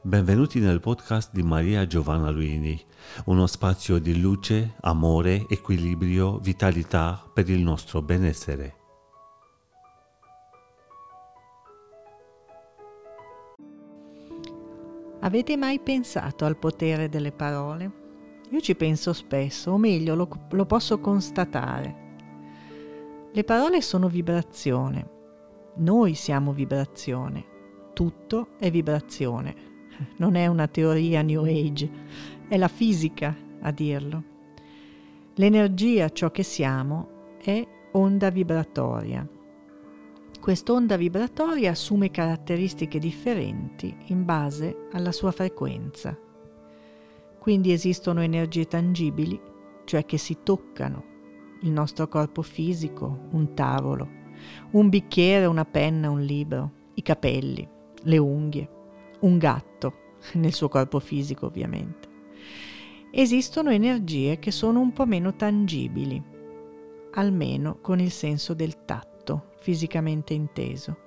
Benvenuti nel podcast di Maria Giovanna Luini, uno spazio di luce, amore, equilibrio, vitalità per il nostro benessere. Avete mai pensato al potere delle parole? Io ci penso spesso, o meglio, lo posso constatare. Le parole sono vibrazione. Noi siamo vibrazione. Tutto è vibrazione. Non è una teoria New Age, è la fisica a dirlo. L'energia, ciò che siamo, è onda vibratoria. Quest'onda vibratoria assume caratteristiche differenti in base alla sua frequenza. Quindi esistono energie tangibili, cioè che si toccano, il nostro corpo fisico, un tavolo, un bicchiere, una penna, un libro, i capelli, le unghie, un gatto, nel suo corpo fisico ovviamente. Esistono energie che sono un po' meno tangibili, almeno con il senso del tatto, fisicamente inteso.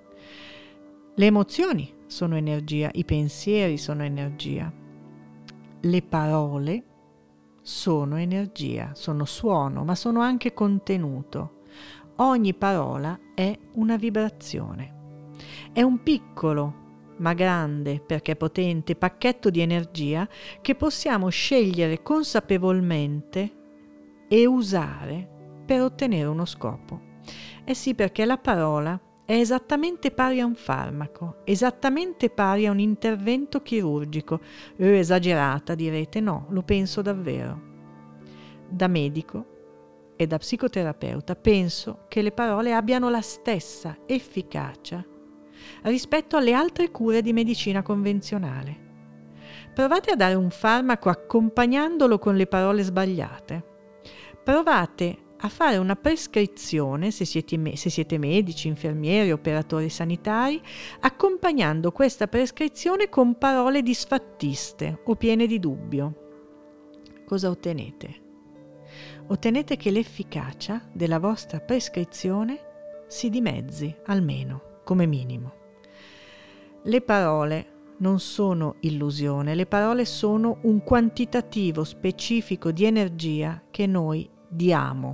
Le emozioni sono energia, i pensieri sono energia, le parole sono energia, sono suono, ma sono anche contenuto. Ogni parola è una vibrazione. È un piccolo, ma grande, perché potente, pacchetto di energia che possiamo scegliere consapevolmente e usare per ottenere uno scopo. Eh sì, perché la parola è esattamente pari a un farmaco, esattamente pari a un intervento chirurgico. Esagerata, direte, no, lo penso davvero. Da medico e da psicoterapeuta penso che le parole abbiano la stessa efficacia rispetto alle altre cure di medicina convenzionale. Provate a dare un farmaco accompagnandolo con le parole sbagliate. Provate a fare una prescrizione, se siete medici, infermieri, operatori sanitari, accompagnando questa prescrizione con parole disfattiste o piene di dubbio. Cosa ottenete? Ottenete che l'efficacia della vostra prescrizione si dimezzi, almeno, come minimo. Le parole non sono illusione, le parole sono un quantitativo specifico di energia che noi diamo.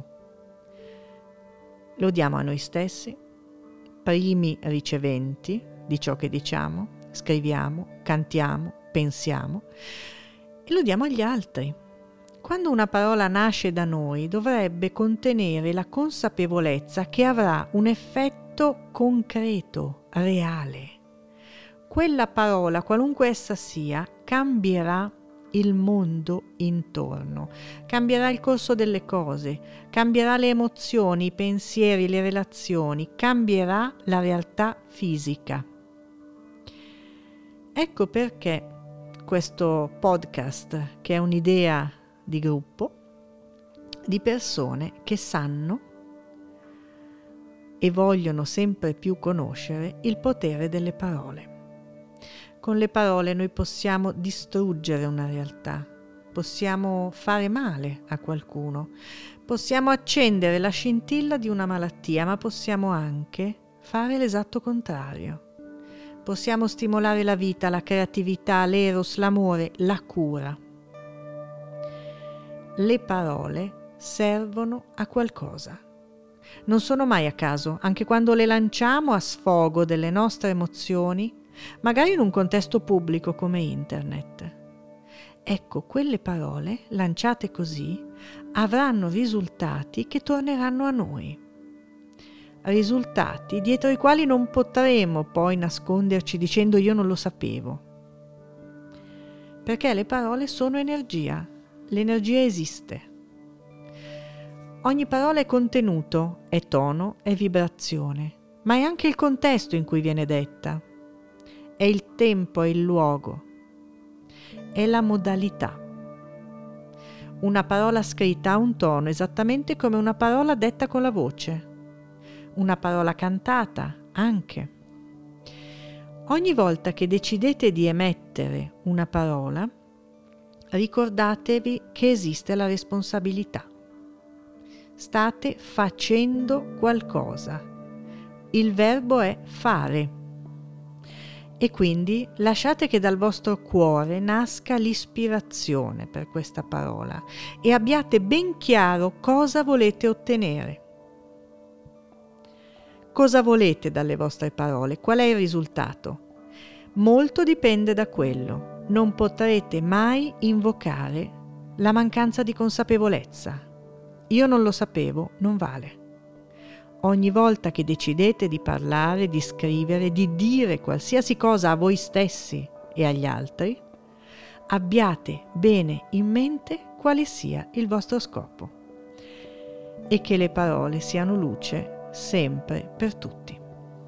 Lo diamo a noi stessi, primi riceventi di ciò che diciamo, scriviamo, cantiamo, pensiamo, e lo diamo agli altri. Quando una parola nasce da noi, dovrebbe contenere la consapevolezza che avrà un effetto concreto, reale. Quella parola, qualunque essa sia, cambierà il mondo intorno, cambierà il corso delle cose, cambierà le emozioni, i pensieri, le relazioni, cambierà la realtà fisica. Ecco perché questo podcast, che è un'idea di gruppo, di persone che sanno e vogliono sempre più conoscere il potere delle parole. Con le parole noi possiamo distruggere una realtà, possiamo fare male a qualcuno, possiamo accendere la scintilla di una malattia, ma possiamo anche fare l'esatto contrario. Possiamo stimolare la vita, la creatività, l'eros, l'amore, la cura. Le parole servono a qualcosa. Non sono mai a caso, anche quando le lanciamo a sfogo delle nostre emozioni, magari in un contesto pubblico come internet. Ecco, quelle parole, lanciate così, avranno risultati che torneranno a noi. Risultati dietro i quali non potremo poi nasconderci dicendo io non lo sapevo. Perché le parole sono energia, l'energia esiste. Ogni parola è contenuto, è tono, è vibrazione, ma è anche il contesto in cui viene detta. È il tempo, è il luogo, è la modalità. Una parola scritta ha un tono esattamente come una parola detta con la voce. Una parola cantata anche. Ogni volta che decidete di emettere una parola, ricordatevi che esiste la responsabilità. State facendo qualcosa. Il verbo è fare. E quindi lasciate che dal vostro cuore nasca l'ispirazione per questa parola e abbiate ben chiaro cosa volete ottenere. Cosa volete dalle vostre parole? Qual è il risultato? Molto dipende da quello. Non potrete mai invocare la mancanza di consapevolezza. Io non lo sapevo, non vale. Ogni volta che decidete di parlare, di scrivere, di dire qualsiasi cosa a voi stessi e agli altri, abbiate bene in mente quale sia il vostro scopo e che le parole siano luce sempre per tutti.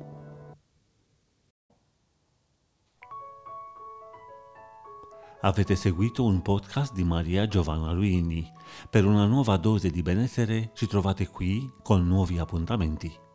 Avete seguito un podcast di Maria Giovanna Luini. Per una nuova dose di benessere ci trovate qui con nuovi appuntamenti.